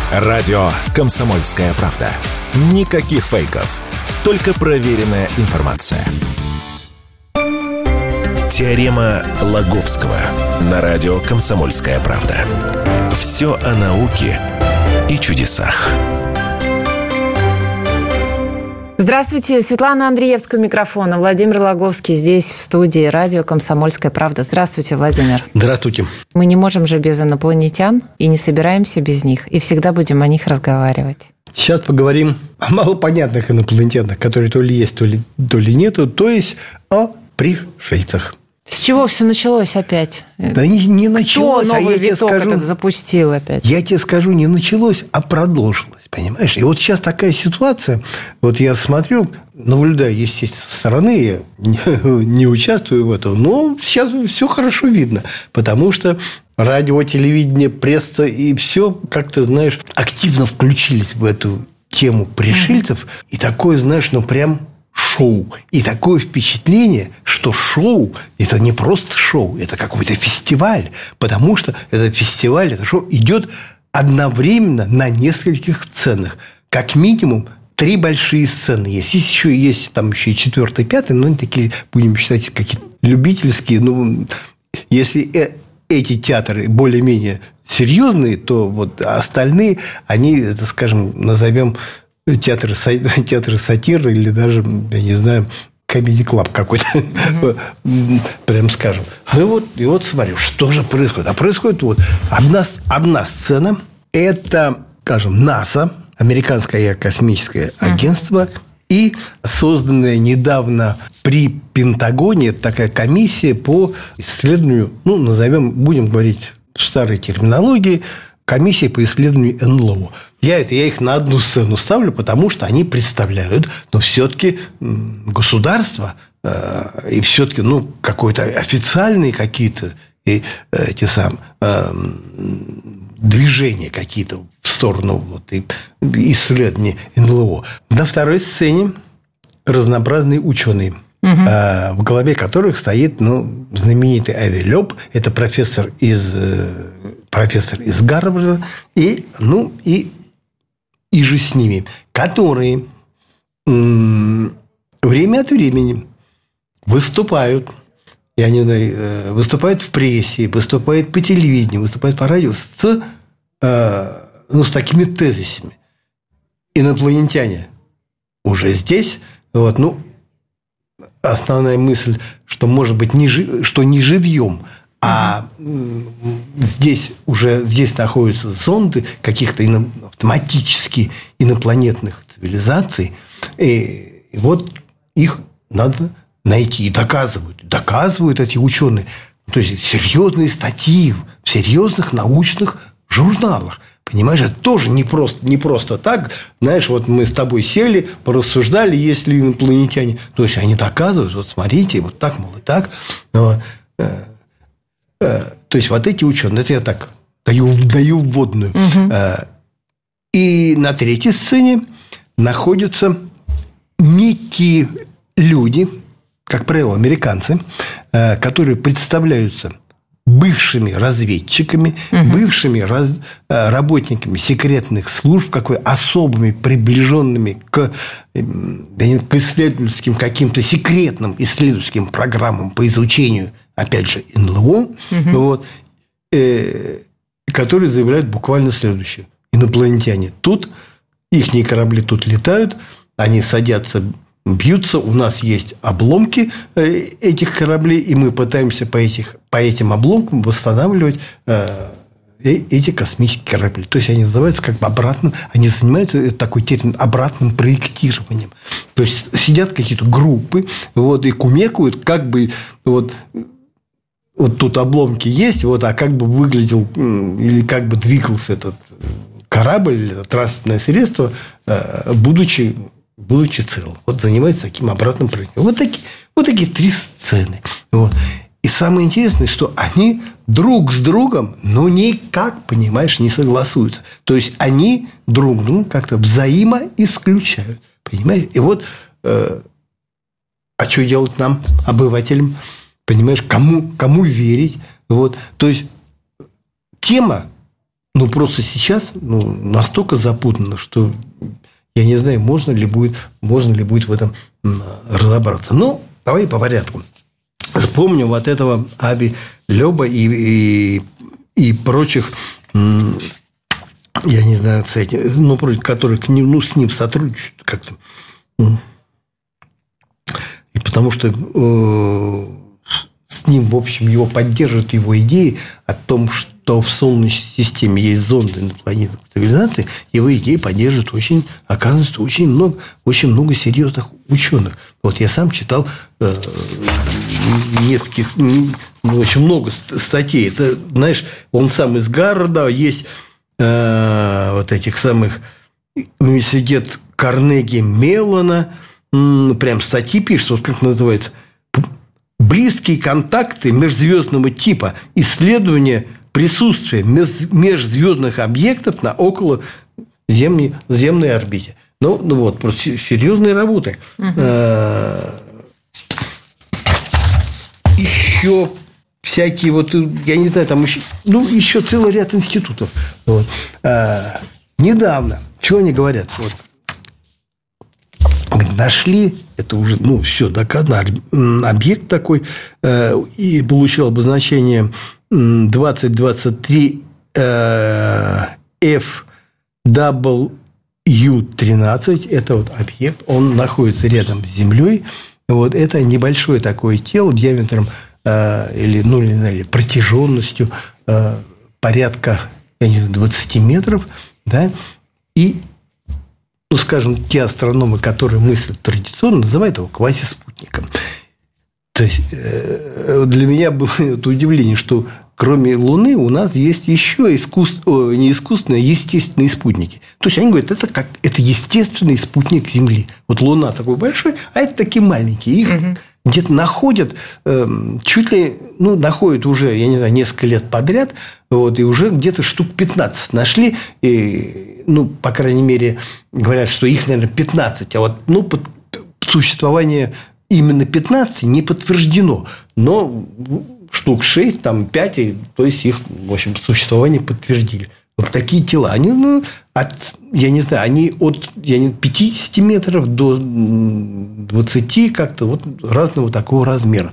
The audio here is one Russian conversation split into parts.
Радио «Комсомольская правда». Никаких фейков. Только проверенная информация. Теорема Лаговского на радио «Комсомольская правда». Все о науке и чудесах. Здравствуйте, Светлана Андреевская у микрофона, Владимир Лаговский здесь, в студии радио «Комсомольская правда». Здравствуйте, Владимир. Здравствуйте. Мы не можем же без инопланетян и не собираемся без них, и всегда будем о них разговаривать. Сейчас поговорим о малопонятных инопланетянах, которые то ли есть, то ли нету, то есть о пришельцах. С чего все началось опять? Да не началось, Кто новый виток этот запустил опять? Я тебе скажу, не началось, а продолжилось, понимаешь? И вот сейчас такая ситуация, вот я смотрю, наблюдаю, естественно, со стороны, я не участвую в этом, но сейчас все хорошо видно, потому что радио, телевидение, пресса и все, как ты знаешь, активно включились в эту тему пришельцев, и такое, знаешь, прям шоу. И такое впечатление, что шоу – это не просто шоу, это какой-то фестиваль. Потому что этот фестиваль, это шоу идет одновременно на нескольких сценах. Как минимум 3 большие сцены есть. Есть там еще и 4-й, 5-й, но они такие, будем считать, какие-то любительские. Если эти театры более-менее серьезные, то вот остальные, они, это, скажем, назовем театры сатиры или даже, я не знаю, комедий-клаб какой-то, прям скажем. И вот смотрю, что же происходит. А происходит вот одна сцена. Это, скажем, НАСА, Американское космическое агентство, и созданная недавно при Пентагоне такая комиссия по исследованию, будем говорить в старой терминологии, комиссия по исследованию НЛО. Я их на одну сцену ставлю, потому что они представляют, но все-таки государство и все-таки какой-то официальные какие-то движения какие-то в сторону исследования НЛО. На второй сцене разнообразные ученые, в голове которых стоит знаменитый Ави Лёб. Это профессор из Гарварда и же с ними, которые время от времени выступают, выступают в прессе, выступают по телевидению, выступают по радио с такими тезисами. Инопланетяне уже здесь. Основная мысль, что, может быть, что не живьем, а здесь находятся зонды каких-то автоматически инопланетных цивилизаций. И вот их надо найти. И доказывают эти ученые. То есть серьезные статьи в серьезных научных журналах. Понимаешь, это тоже не просто так. Знаешь, вот мы с тобой сели, порассуждали, есть ли инопланетяне. То есть они доказывают, вот смотрите, вот так, мол, и так. То есть вот эти ученые, это я так даю вводную. И на третьей сцене находятся некие люди, как правило, американцы, которые представляются бывшими разведчиками, бывшими работниками секретных служб, особыми, приближенными к исследовательским, каким-то секретным исследовательским программам по изучению, опять же, НЛО, которые заявляют буквально следующее. Инопланетяне тут, ихние корабли тут летают, они садятся, бьются, у нас есть обломки этих кораблей, и мы пытаемся по этим обломкам восстанавливать эти космические корабли. То есть они называются они занимаются, это такой термин, обратным проектированием. То есть сидят какие-то группы, и кумекают, вот тут обломки есть, а как бы выглядел или как бы двигался этот корабль или это транспортное средство, будучи целым. Занимается таким обратным проектом. Вот такие 3 сцены. И самое интересное, что они друг с другом, никак, понимаешь, не согласуются. То есть они друг друга как-то взаимоисключают. Понимаешь? И а что делать нам, обывателям? Понимаешь, кому верить? То есть тема просто сейчас настолько запутано, что я не знаю, можно ли будет в этом разобраться. Но давай по порядку. Вспомним вот этого Ави Лёба и прочих, я не знаю, которые с ним сотрудничают как-то. И потому что с ним, в общем, его поддерживают его идеи о том, что в Солнечной системе есть зонды инопланетных цивилизаций, его идеи поддерживают оказывается, очень много серьезных ученых. Вот я сам читал очень много статей. Это, знаешь, он сам из Гарварда, есть вот этих самых университет Карнеги Меллона, прям статьи пишут, вот как называется, близкие контакты межзвездного типа, исследование присутствия межзвездных объектов на околоземной орбите. Просто серьезные работы. Еще всякие, я не знаю, там еще целый ряд институтов. Недавно, чего они говорят? Нашли, это уже, все доказано, объект такой, и получил обозначение 2023 FW13. Это объект, он находится рядом с Землей. Это небольшое такое тело диаметром или протяженностью порядка 20 метров, да, и скажем, те астрономы, которые мыслят традиционно, называют его квазиспутником. То есть для меня было это удивление, что кроме Луны у нас есть еще естественные спутники. То есть они говорят, это естественный спутник Земли. Луна такой большой, а это такие маленькие. Их где-то находят, чуть ли находят уже, я не знаю, несколько лет подряд, и уже где-то штук 15 нашли. И, по крайней мере, говорят, что их, наверное, 15. А существование именно 15 не подтверждено. Но штук 6, 5, то есть их, в общем, существование подтвердили. Такие тела, они, я не знаю, они от 50 метров до 20 как-то разного такого размера.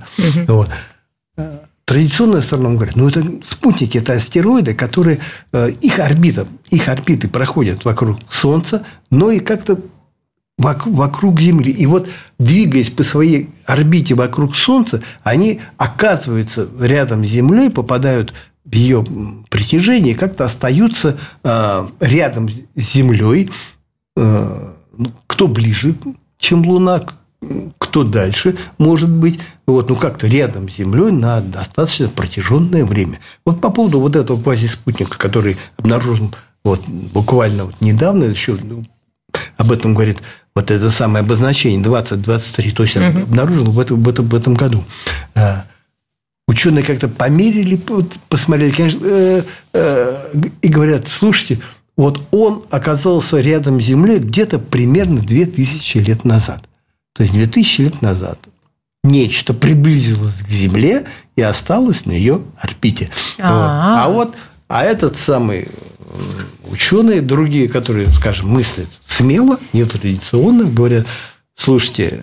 Традиционная сторона говорит, это спутники, это астероиды, которые их орбиты проходят вокруг Солнца, но и как-то вокруг Земли. И двигаясь по своей орбите вокруг Солнца, они оказываются рядом с Землей, попадают в ее притяжение, как-то остаются рядом с Землей. Кто ближе, чем Луна, кто дальше, может быть. Как-то рядом с Землей на достаточно протяженное время. По поводу этого квазиспутника, который обнаружен буквально недавно, еще об этом говорит это самое обозначение 2023, то есть обнаружен в этом году. Ученые как-то померили, посмотрели, конечно, и говорят, слушайте, он оказался рядом с Землей где-то примерно 2000 лет назад. То есть 2000 лет назад нечто приблизилось к Земле и осталось на ее орбите. А этот самый ученые, другие, которые, скажем, мыслят смело, нетрадиционно, говорят, слушайте,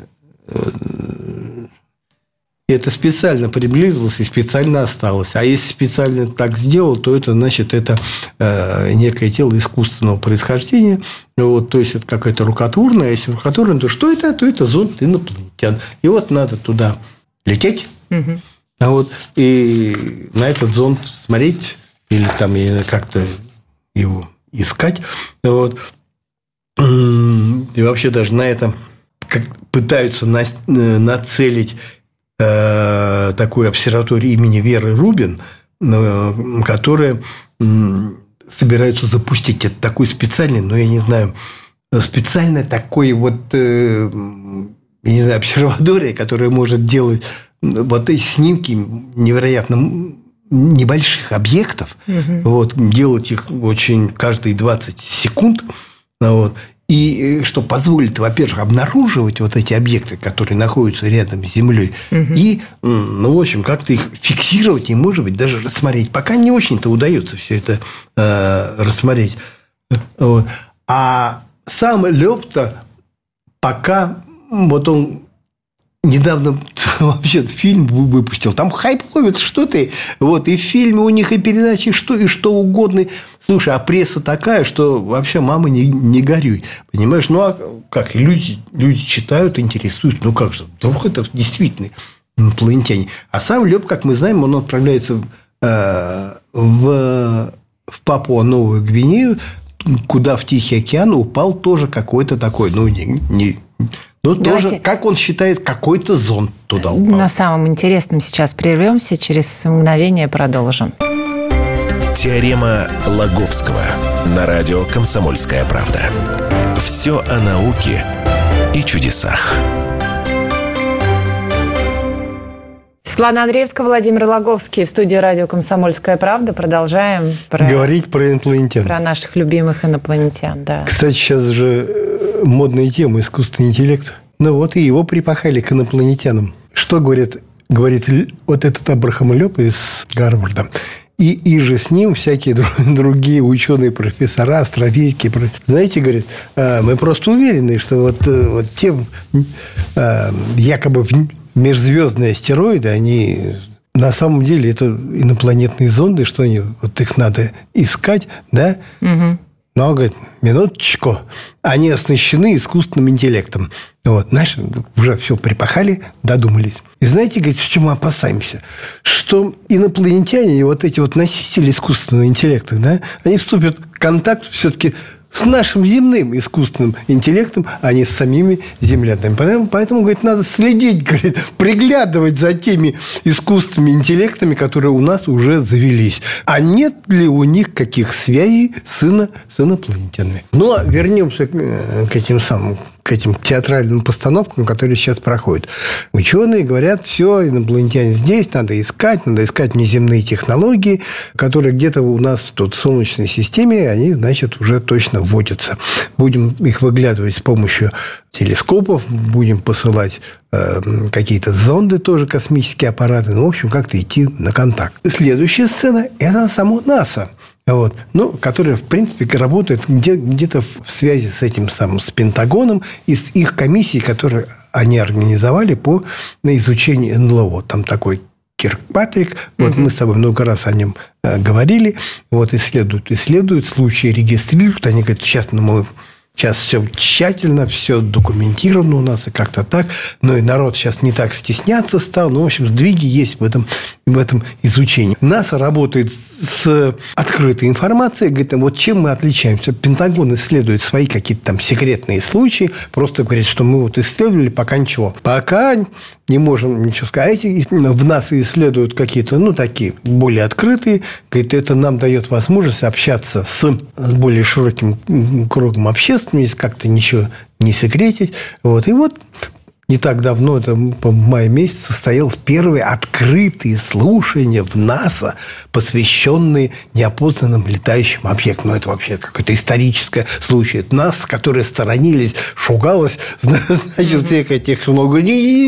это специально приблизилось и специально осталось. А если специально так сделал, то это значит, это некое тело искусственного происхождения. То есть это какая-то рукотворная. А если рукотворная, то что это? То это зонд инопланетян. И надо туда лететь, и на этот зонд смотреть или как-то его искать. И вообще даже на это пытаются нацелить такую обсерваторию имени Веры Рубин, которая собираются запустить. Это такой специальный, я не знаю, специально такой я не знаю, обсерватория, которая может делать эти снимки невероятно небольших объектов, делать их очень каждые 20 секунд, И что позволит, во-первых, обнаруживать вот эти объекты, которые находятся рядом с Землей, и, в общем, как-то их фиксировать и, может быть, даже рассмотреть. Пока не очень-то удается все это рассмотреть. Вот. А сам Лёб-то пока вот он недавно вообще фильм выпустил. Там хайп ловит, что ты. Вот, и фильмы у них, и передачи, и что угодно. Слушай, а пресса такая, что вообще, мама, не горюй. Понимаешь? Ну, а как? Люди читают, интересуются. Ну, как же? Вдруг это действительно инопланетяне. А сам Лёб, как мы знаем, он отправляется в Папуа-Новую Гвинею, куда в Тихий океан упал тоже какой-то такой, тоже, как он считает, какой-то зонд туда упал. На самом интересном сейчас прервемся, через мгновение продолжим. Теорема Лаговского на радио «Комсомольская правда». Все о науке и чудесах. Светлана Андреевская, Владимир Лаговский в студии радио «Комсомольская правда». Продолжаем говорить про инопланетян. Про наших любимых инопланетян, да. Кстати, сейчас же модная тема искусственный интеллект. Ну вот и его припахали к инопланетянам. Что говорит вот этот Абрахам Лёб из Гарварда? И же с ним всякие другие ученые, профессора, астрофизики. Знаете, говорит, мы просто уверены, что вот те якобы межзвездные астероиды, они на самом деле это инопланетные зонды, что они, вот их надо искать, да? Угу. Но, говорит, минуточку, они оснащены искусственным интеллектом. Вот, знаешь, уже все припахали, додумались. И знаете, говорит, в чем мы опасаемся? Что инопланетяне, вот эти вот носители искусственного интеллекта, да, они вступят в контакт все-таки с нашим земным искусственным интеллектом, а не с самими землянами. Поэтому, говорит, надо следить, говорит, приглядывать за теми искусственными интеллектами, которые у нас уже завелись. А нет ли у них каких связей с инопланетянами? Ну, а вернемся к этим театральным постановкам, которые сейчас проходят. Ученые говорят, все, инопланетяне здесь, надо искать внеземные технологии, которые где-то у нас тут в Солнечной системе, они, значит, уже точно вводятся. Будем их выглядывать с помощью телескопов, будем посылать какие-то зонды, тоже космические аппараты. Ну, в общем, как-то идти на контакт. Следующая сцена – это само НАСА. Вот. Ну, которая, в принципе, работает где-то в связи с этим самым, с Пентагоном и с их комиссией, которую они организовали по изучению НЛО. Там такой Киркпатрик. Вот мы с тобой много раз о нем говорили. Вот исследуют случаи, регистрируют. Они говорят, сейчас все тщательно, все документировано у нас и как-то так. Но и народ сейчас не так стесняться стал. Ну, в общем, сдвиги есть в этом изучении. НАСА работает с открытой информацией. Говорит, вот чем мы отличаемся. Пентагон исследует свои какие-то там секретные случаи. Просто говорит, что мы вот исследовали, пока ничего. Пока не можем ничего сказать. Эти в НАСА исследуют какие-то, такие более открытые. Говорит, это нам дает возможность общаться с более широким кругом общественности, как-то ничего не секретить. Вот. И вот не так давно, это в мае месяце, состоялось первые открытые слушания в НАСА, посвященные неопознанным летающим объектам. Это вообще какое-то историческое случай. Это НАСА, которые сторонились, шугалось, значит, всех этих много.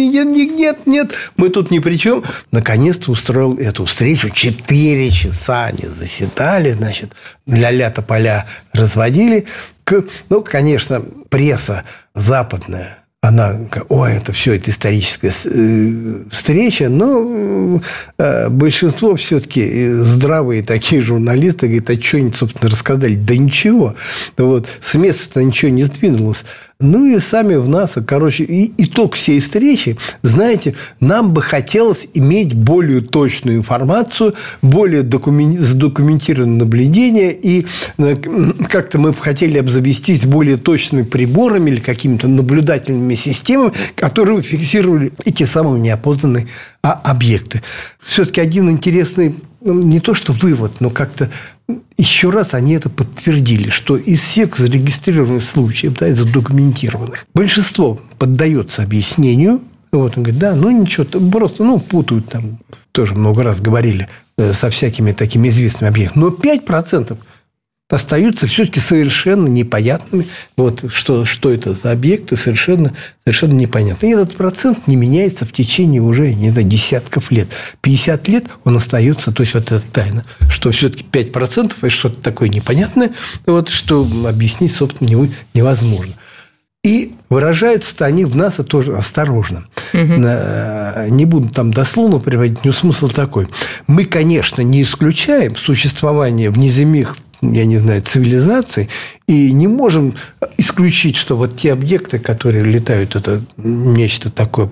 Нет, мы тут ни при чем. Наконец-то устроил эту встречу. 4 часа они заседали, значит, ля-ля тополя разводили. Конечно, пресса западная, она, это все, это историческая встреча, но большинство все-таки здравые такие журналисты говорят, а что они, собственно, рассказали? Да ничего. Вот, с места-то ничего не сдвинулось. Ну, и сами в НАСА, итог всей встречи, знаете, нам бы хотелось иметь более точную информацию, более задокументированное наблюдение, и как-то мы бы хотели обзавестись более точными приборами или какими-то наблюдательными системами, которые фиксировали эти самые неопознанные объекты. Все-таки один интересный, не то что вывод, но как-то еще раз они это подтвердили, что из всех зарегистрированных случаев, задокументированных, большинство поддается объяснению. Вот он говорит, ничего, просто путают там, тоже много раз говорили, со всякими такими известными объектами. Но 5% остаются все-таки совершенно непонятными. Вот что это за объекты, совершенно непонятно. И этот процент не меняется в течение уже, не знаю, десятков лет. 50 лет он остается, то есть вот эта тайна, что все-таки 5% – это что-то такое непонятное, вот, что объяснить, собственно, невозможно. И выражаются-то они в НАСА тоже осторожно. Не буду там дословно приводить, но смысл такой. Мы, конечно, не исключаем существование внеземных, я не знаю, цивилизаций, и не можем исключить, что вот те объекты, которые летают, это нечто такое,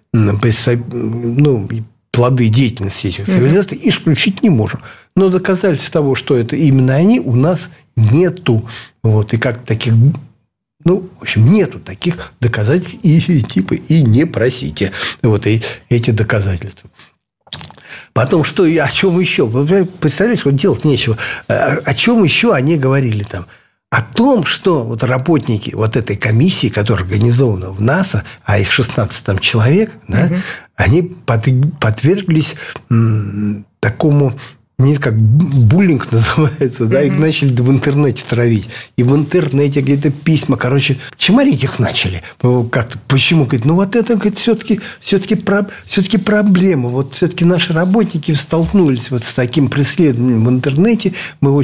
плоды деятельности этих цивилизаций, исключить не можем. Но доказательств того, что это именно они, у нас нету. Вот, и как таких... в общем, нету таких доказательств, и не просите вот эти доказательства. Потом, о чем еще? Вы представляете, вот делать нечего. О чем еще они говорили там? О том, что вот работники вот этой комиссии, которая организована в НАСА, а их 16 человек, да, они подверглись такому... Не как буллинг называется, да, их начали в интернете травить. И в интернете где-то письма, чморить их начали. Как-то. Почему? Говорит, вот это, говорит, все-таки проблема. Вот все-таки наши работники столкнулись вот с таким преследованием в интернете.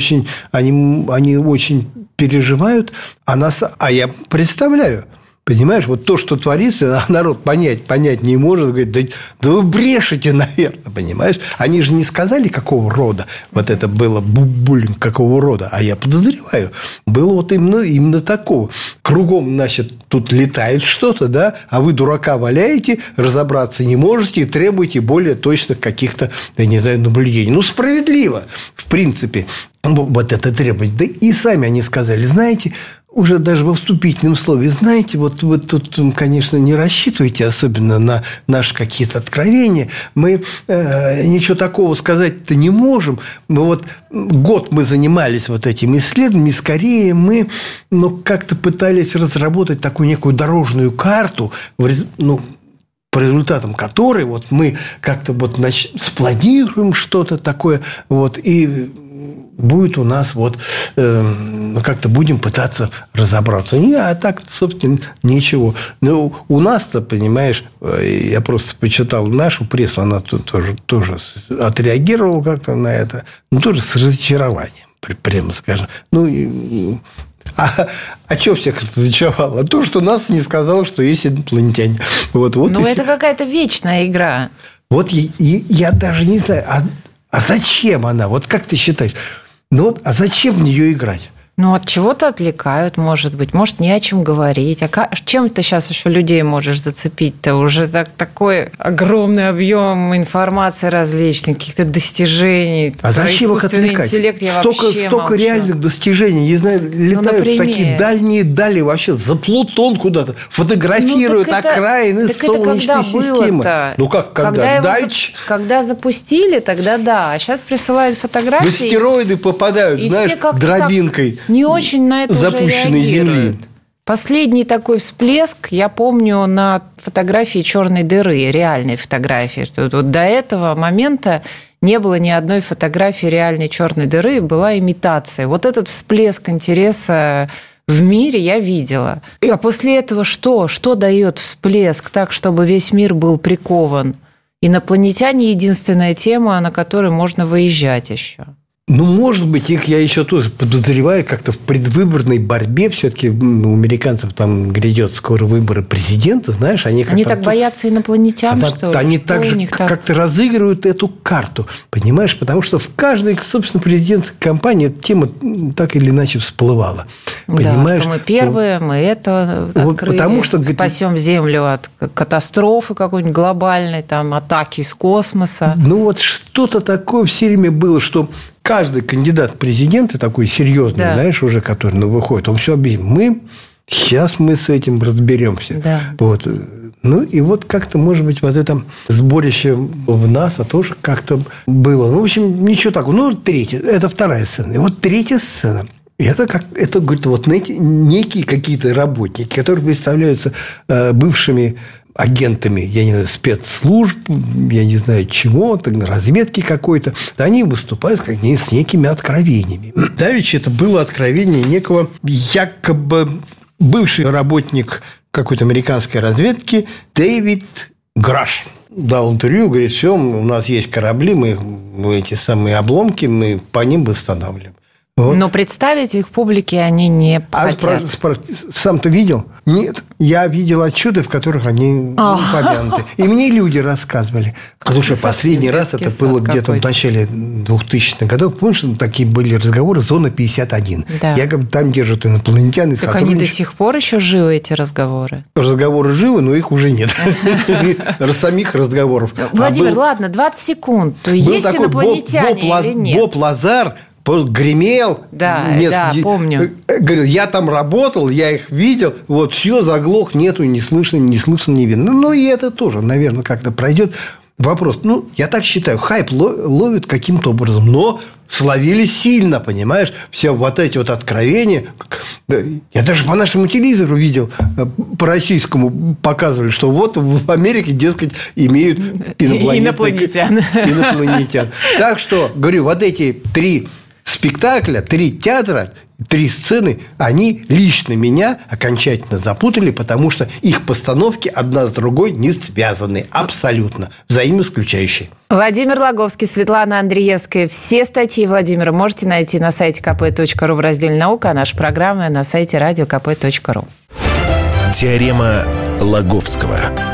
Они очень переживают. А я представляю. Понимаешь, вот то, что творится, народ понять не может. Говорит, да вы брешете, наверное, понимаешь? Они же не сказали, какого рода вот это было буллинг, какого рода. А я подозреваю, было вот именно такого. Кругом, значит, тут летает что-то, да, а вы дурака валяете, разобраться не можете и требуете более точных каких-то, я не знаю, наблюдений. Справедливо, в принципе, вот это требовать. Да и сами они сказали, знаете... Уже даже во вступительном слове, знаете, вот вы тут, конечно, не рассчитывайте особенно на наши какие-то откровения. Мы ничего такого сказать-то не можем. Год мы занимались вот этими исследованиями, скорее мы как-то пытались разработать такую некую дорожную карту, по результатам которой мы как-то спланируем что-то такое, и будет у нас как-то будем пытаться разобраться. А так, собственно, ничего. Но у нас-то, понимаешь, я просто почитал нашу прессу, она тоже отреагировала как-то на это, но тоже с разочарованием, прямо скажем. А что всех разочаровало? То, что НАСА не сказала, что есть инопланетяне. Это какая-то вечная игра. Я даже не знаю, а зачем она? Как ты считаешь? А зачем в нее играть? От чего-то отвлекают, может быть. Может, не о чем говорить. А чем ты сейчас еще людей можешь зацепить-то? Уже такой огромный объем информации различных, каких-то достижений. А зачем их отвлекать? Интеллект я столько реальных достижений. Не знаю, летают в такие дальние вообще за Плутон куда-то. Фотографируют окраины Солнечной системы. Когда? Когда запустили, тогда да. А сейчас присылают фотографии. В астероиды попадают, знаешь, дробинкой. Не очень на это запущенной уже реагируют. Земли. Последний такой всплеск я помню на фотографии черной дыры, реальной фотографии. Что до этого момента не было ни одной фотографии реальной черной дыры, была имитация. Этот всплеск интереса в мире я видела. А после этого что? Что дает всплеск так, чтобы весь мир был прикован? Инопланетяне – единственная тема, на которой можно выезжать еще. Может быть, их я еще тоже подозреваю как-то в предвыборной борьбе. Все-таки у американцев там грядет скоро выборы президента, знаешь. Они так боятся инопланетян, что ли? Они также как-то разыгрывают эту карту, понимаешь? Потому что в каждой, собственно, президентской кампании эта тема так или иначе всплывала. Понимаешь? Да, что мы первые, мы это открыли, потому что спасем Землю от катастрофы какой-нибудь глобальной, атаки из космоса. Что-то такое все время было, что каждый кандидат в президенты такой серьезный, знаешь, уже который выходит, он все объяснит. Сейчас мы с этим разберемся. Да. И как-то, может быть, это сборище в НАСА тоже как-то было. В общем, ничего такого. Третья. Это вторая сцена. И третья сцена. Это говорит, некие какие-то работники, которые представляются бывшими агентами, я не знаю, спецслужб, я не знаю чего, разведки какой-то, они выступают с некими откровениями. Давеча это было откровение некого якобы бывший работник какой-то американской разведки Дэвид Граш. Дал интервью, говорит, все, у нас есть корабли, мы эти самые обломки, мы по ним восстанавливаем. Вот. Но представить их публике они не хотят. Сам-то видел? Нет. Я видел отчеты, в которых они упомянуты. И мне люди рассказывали. Слушай, последний раз это было где-то в начале 2000-х годов. Помнишь, такие были разговоры «Зона 51». Да. Якобы там держат инопланетян и так они до сих пор еще живы, эти разговоры? Разговоры живы, но их уже нет. Самих разговоров. Владимир, ладно, 20 секунд. Есть инопланетяне или нет? Боб Лазар гремел. Да, помню. Говорил, я там работал, я их видел, вот все, заглох, нету, не слышно, не видно. Ну, и это тоже, наверное, как-то пройдет. Вопрос, я так считаю, хайп ловит каким-то образом, но словили сильно, понимаешь? Все вот эти вот откровения. Я даже по нашему телевизору видел, по российскому показывали, что вот в Америке, дескать, имеют инопланетян. Так что, говорю, вот эти 3 спектакля, 3 театра, 3 сцены, они лично меня окончательно запутали, потому что их постановки одна с другой не связаны. Абсолютно. Взаимоисключающие. Владимир Логовский, Светлана Андреевская. Все статьи Владимира можете найти на сайте kp.ru в разделе «Наука», а наши программы на сайте radiokp.ru. Теорема Лаговского.